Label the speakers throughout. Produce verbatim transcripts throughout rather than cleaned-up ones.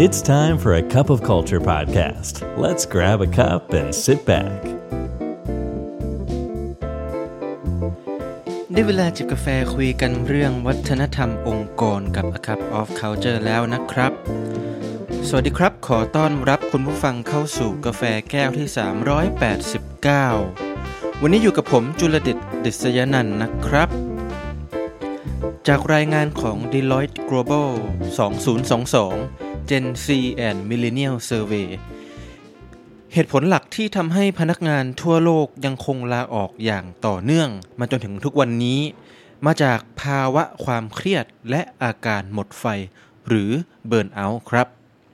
Speaker 1: It's time for a cup of culture podcast. Let's grab a cup and sit back.
Speaker 2: ได้เวลาจิบกาแฟคุยกันเรื่องวัฒนธรรมองค์กรกับ A Cup of Culture แล้วนะครับสวัสดีครับขอต้อนรับคุณผู้ฟังเข้าสู่กาแฟแก้วที่สามร้อยแปดสิบเก้าวันนี้อยู่กับผมจุลเดช ดิษยนันท์นะครับจากรายงานของ Deloitte Global สองพันยี่สิบสอง Gen Z and Millennial Survey เหตุผลหลักที่ทำให้พนักงานทั่วโลกยังคงลาออกอย่างต่อเนื่องมาจนถึงทุกวันนี้มาจากภาวะความเครียดและอาการหมดไฟหรือเบิร์นเอาท์ครับ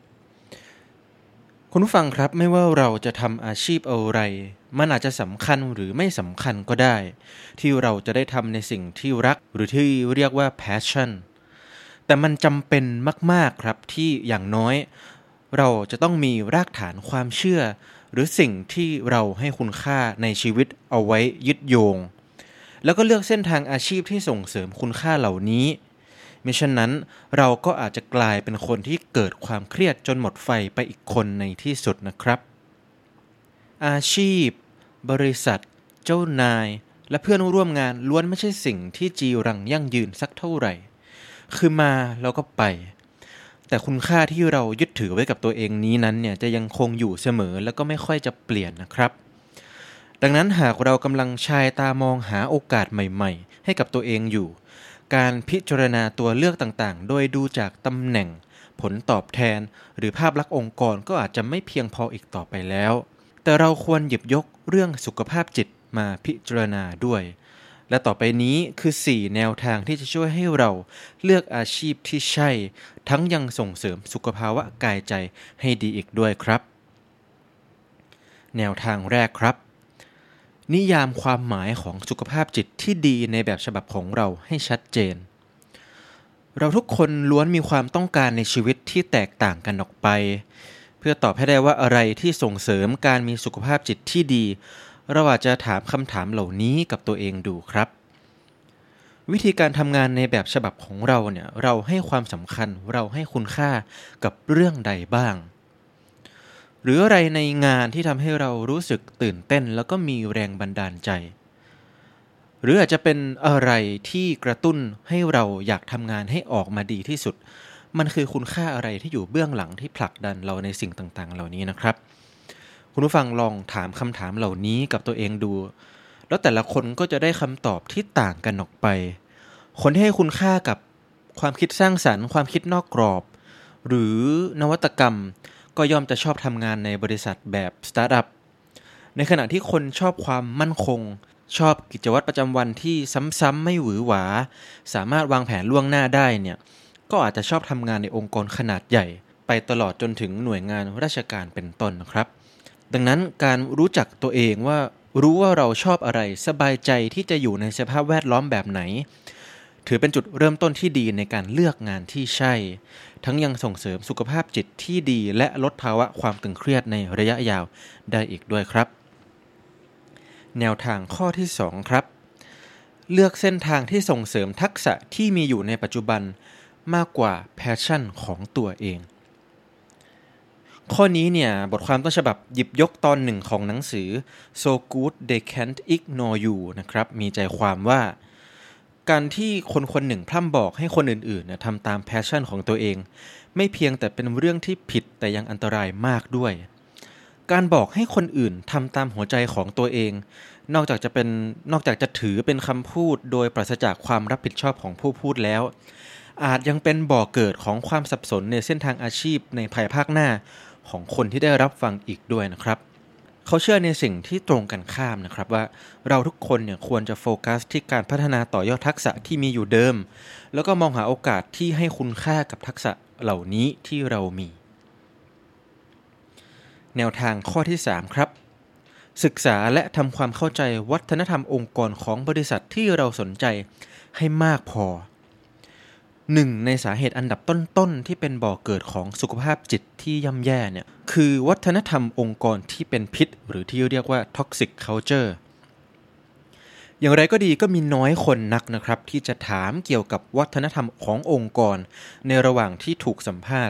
Speaker 2: คุณผู้ฟังครับไม่ว่าเราจะทำอาชีพอะไรมันอาจจะสำคัญหรือไม่สำคัญก็ได้ที่เราจะได้ทำในสิ่งที่รักหรือที่เรียกว่า passion แต่มันจำเป็นมากๆครับที่อย่างน้อยเราจะต้องมีรากฐานความเชื่อหรือสิ่งที่เราให้คุณค่าในชีวิตเอาไว้ยึดโยงแล้วก็เลือกเส้นทางอาชีพที่ส่งเสริมคุณค่าเหล่านี้มิฉะนั้นเราก็อาจจะกลายเป็นคนที่เกิดความเครียดจนหมดไฟไปอีกคนในที่สุดนะครับอาชีพบริษัทเจ้านายและเพื่อนร่วมงานล้วนไม่ใช่สิ่งที่จีรังยั่งยืนสักเท่าไหร่คือมาแล้วก็ไปแต่คุณค่าที่เรายึดถือไว้กับตัวเองนี้นั้นเนี่ยจะยังคงอยู่เสมอแล้วก็ไม่ค่อยจะเปลี่ยนนะครับดังนั้นหากเรากำลังชายตามองหาโอกาสใหม่ๆให้กับตัวเองอยู่การพิจารณาตัวเลือกต่างๆโดยดูจากตำแหน่งผลตอบแทนหรือภาพลักษณ์องค์กรก็อาจจะไม่เพียงพออีกต่อไปแล้วแต่เราควรหยิบยกเรื่องสุขภาพจิตมาพิจารณาด้วยและต่อไปนี้คือสี่แนวทางที่จะช่วยให้เราเลือกอาชีพที่ใช่ทั้งยังส่งเสริมสุขภาวะกายใจให้ดีอีกด้วยครับแนวทางแรกครับนิยามความหมายของสุขภาพจิตที่ดีในแบบฉบับของเราให้ชัดเจนเราทุกคนล้วนมีความต้องการในชีวิตที่แตกต่างกันออกไปเพื่อตอบให้ได้ว่าอะไรที่ส่งเสริมการมีสุขภาพจิตที่ดีเราอาจจะถามคำถามเหล่านี้กับตัวเองดูครับวิธีการทำงานในแบบฉบับของเราเนี่ยเราให้ความสำคัญเราให้คุณค่ากับเรื่องใดบ้างหรืออะไรในงานที่ทำให้เรารู้สึกตื่นเต้นแล้วก็มีแรงบันดาลใจหรืออาจจะเป็นอะไรที่กระตุ้นให้เราอยากทำงานให้ออกมาดีที่สุดมันคือคุณค่าอะไรที่อยู่เบื้องหลังที่ผลักดันเราในสิ่งต่างๆเหล่านี้นะครับคุณผู้ฟังลองถามคำถามเหล่านี้กับตัวเองดูแล้วแต่ละคนก็จะได้คำตอบที่ต่างกันออกไปคนที่ให้คุณค่ากับความคิดสร้างสรรค์ความคิดนอกกรอบหรือนวัตกรรมก็ย่อมจะชอบทำงานในบริษัทแบบสตาร์ทอัพในขณะที่คนชอบความมั่นคงชอบกิจวัตรประจำวันที่ซ้ำๆไม่หวือหวาสามารถวางแผนล่วงหน้าได้เนี่ยก็อาจจะชอบทำงานในองค์กรขนาดใหญ่ไปตลอดจนถึงหน่วยงานราชการเป็นต้นนะครับดังนั้นการรู้จักตัวเองว่ารู้ว่าเราชอบอะไรสบายใจที่จะอยู่ในสภาพแวดล้อมแบบไหนถือเป็นจุดเริ่มต้นที่ดีในการเลือกงานที่ใช่ทั้งยังส่งเสริมสุขภาพจิตที่ดีและลดภาวะความตึงเครียดในระยะยาวได้อีกด้วยครับแนวทางข้อที่สองครับเลือกเส้นทางที่ส่งเสริมทักษะที่มีอยู่ในปัจจุบันมากกว่าแพชชั่นของตัวเองข้อนี้เนี่ยบทความต้นฉบับหยิบยกตอนหนึ่งของหนังสือ So Good They Can't Ignore You นะครับมีใจความว่าการที่คนคนหนึ่งพร่ำบอกให้คนอื่นๆนะทำตามแพชชั่นของตัวเองไม่เพียงแต่เป็นเรื่องที่ผิดแต่ยังอันตรายมากด้วยการบอกให้คนอื่นทำตามหัวใจของตัวเองนอกจากจะเป็นนอกจากจะถือเป็นคำพูดโดยปราศจากความรับผิดชอบของผู้พูดแล้วอาจยังเป็นบ่อเกิดของความสับสนในเส้นทางอาชีพในภายภาคหน้าของคนที่ได้รับฟังอีกด้วยนะครับเขาเชื่อในสิ่งที่ตรงกันข้ามนะครับว่าเราทุกคนเนี่ยควรจะโฟกัสที่การพัฒนาต่อยอดทักษะที่มีอยู่เดิมแล้วก็มองหาโอกาสที่ให้คุณค่ากับทักษะเหล่านี้ที่เรามีแนวทางข้อที่สามครับศึกษาและทำความเข้าใจวัฒนธรรมองค์กรของบริษัทที่เราสนใจให้มากพอหนึ่งในสาเหตุอันดับต้นๆที่เป็นบ่อเกิดของสุขภาพจิตที่ย่ำแย่เนี่ยคือวัฒนธรรมองค์กรที่เป็นพิษหรือที่เรียกว่า toxic culture อย่างไรก็ดีก็มีน้อยคนนักนะครับที่จะถามเกี่ยวกับวัฒนธรรมขององค์กรในระหว่างที่ถูกสัมภาษณ์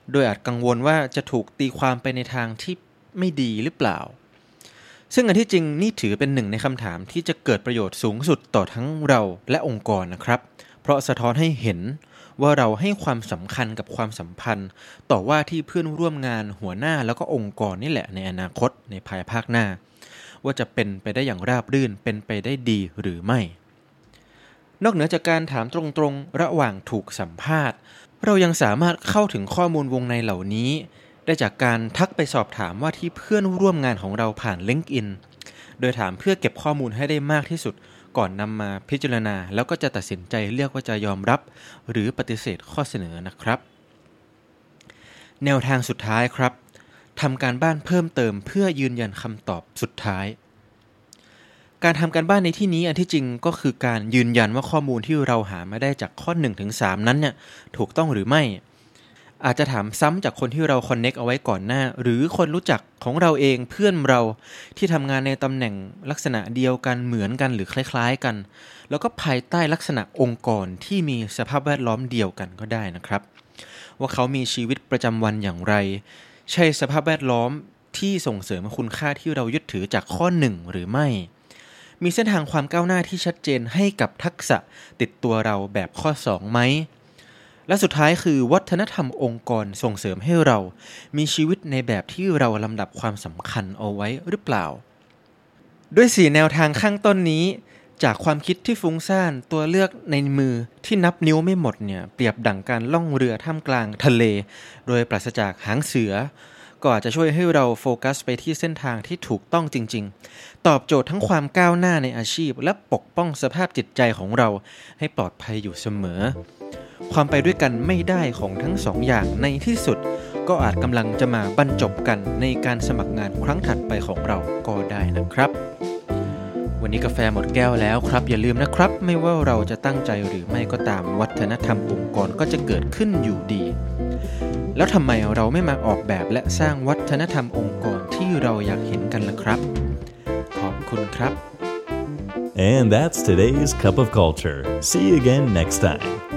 Speaker 2: โดยอาจกังวลว่าจะถูกตีความไปในทางที่ไม่ดีหรือเปล่าซึ่งอันที่จริงนี่ถือเป็นหนึ่งในคำถามที่จะเกิดประโยชน์สูงสุดต่อทั้งเราและองค์กรนะครับเพราะสะท้อนให้เห็นว่าเราให้ความสำคัญกับความสัมพันธ์ต่อว่าที่เพื่อนร่วมงานหัวหน้าแล้วก็องค์กรนี่แหละในอนาคตในภายภาคหน้าว่าจะเป็นไปได้อย่างราบรื่นเป็นไปได้ดีหรือไม่นอกเหนือจากการถามตรงๆระหว่างถูกสัมภาษณ์เรายังสามารถเข้าถึงข้อมูลวงในเหล่านี้ได้จากการทักไปสอบถามว่าที่เพื่อนร่วมงานของเราผ่าน LinkedIn โดยถามเพื่อเก็บข้อมูลให้ได้มากที่สุดก่อนนำมาพิจารณาแล้วก็จะตัดสินใจเลือกว่าจะยอมรับหรือปฏิเสธข้อเสนอนะครับแนวทางสุดท้ายครับทำการบ้านเพิ่มเติมเพื่อยืนยันคำตอบสุดท้ายการทำการบ้านในที่นี้อันที่จริงก็คือการยืนยันว่าข้อมูลที่เราหามาได้จากข้อ หนึ่งถึงสาม นั้นเนี่ยถูกต้องหรือไม่อาจจะถามซ้ำจากคนที่เราคอนเนคเอาไว้ก่อนหน้าหรือคนรู้จักของเราเองเพื่อนเราที่ทำงานในตำแหน่งลักษณะเดียวกันเหมือนกันหรือคล้ายๆกันแล้วก็ภายใต้ลักษณะองค์กรที่มีสภาพแวดล้อมเดียวกันก็ได้นะครับว่าเขามีชีวิตประจำวันอย่างไรใช่สภาพแวดล้อมที่ส่งเสริมคุณค่าที่เรายึดถือจากข้อหนึ่งหรือไม่มีเส้นทางความก้าวหน้าที่ชัดเจนให้กับทักษะติดตัวเราแบบข้อสองไหมและสุดท้ายคือวัฒนธรรมองค์กรส่งเสริมให้เรามีชีวิตในแบบที่เราลำดับความสำคัญเอาไว้หรือเปล่าด้วยสี่แนวทางข้างต้นนี้จากความคิดที่ฟุ้งซ่านตัวเลือกในมือที่นับนิ้วไม่หมดเนี่ยเปรียบดั่งการล่องเรือท่ามกลางทะเลโดยปราศจากหางเสือก็อาจจะช่วยให้เราโฟกัสไปที่เส้นทางที่ถูกต้องจริงๆตอบโจทย์ทั้งความก้าวหน้าในอาชีพและปกป้องสภาพจิตใจของเราให้ปลอดภัยอยู่เสมอความไปด้วยกันไม่ได้ของทั้งสองอย่างในที่สุดก็อาจกำลังจะมาบรรจบกันในการสมัครงานครั้งถัดไปของเราก็ได้นะครับวันนี้กาแฟหมดแก้วแล้วครับอย่าลืมนะครับไม่ว่าเราจะตั้งใจหรือไม่ก็ตามวัฒนธรรมองค์กรก็จะเกิดขึ้นอยู่ดีแล้วทำไมเราไม่มาออกแบบและสร้างวัฒนธรรมองค์กรที่เราอยากเห็นกันล่ะครับขอบคุณครับ
Speaker 1: And that's today's Cup of Culture. See you again next time.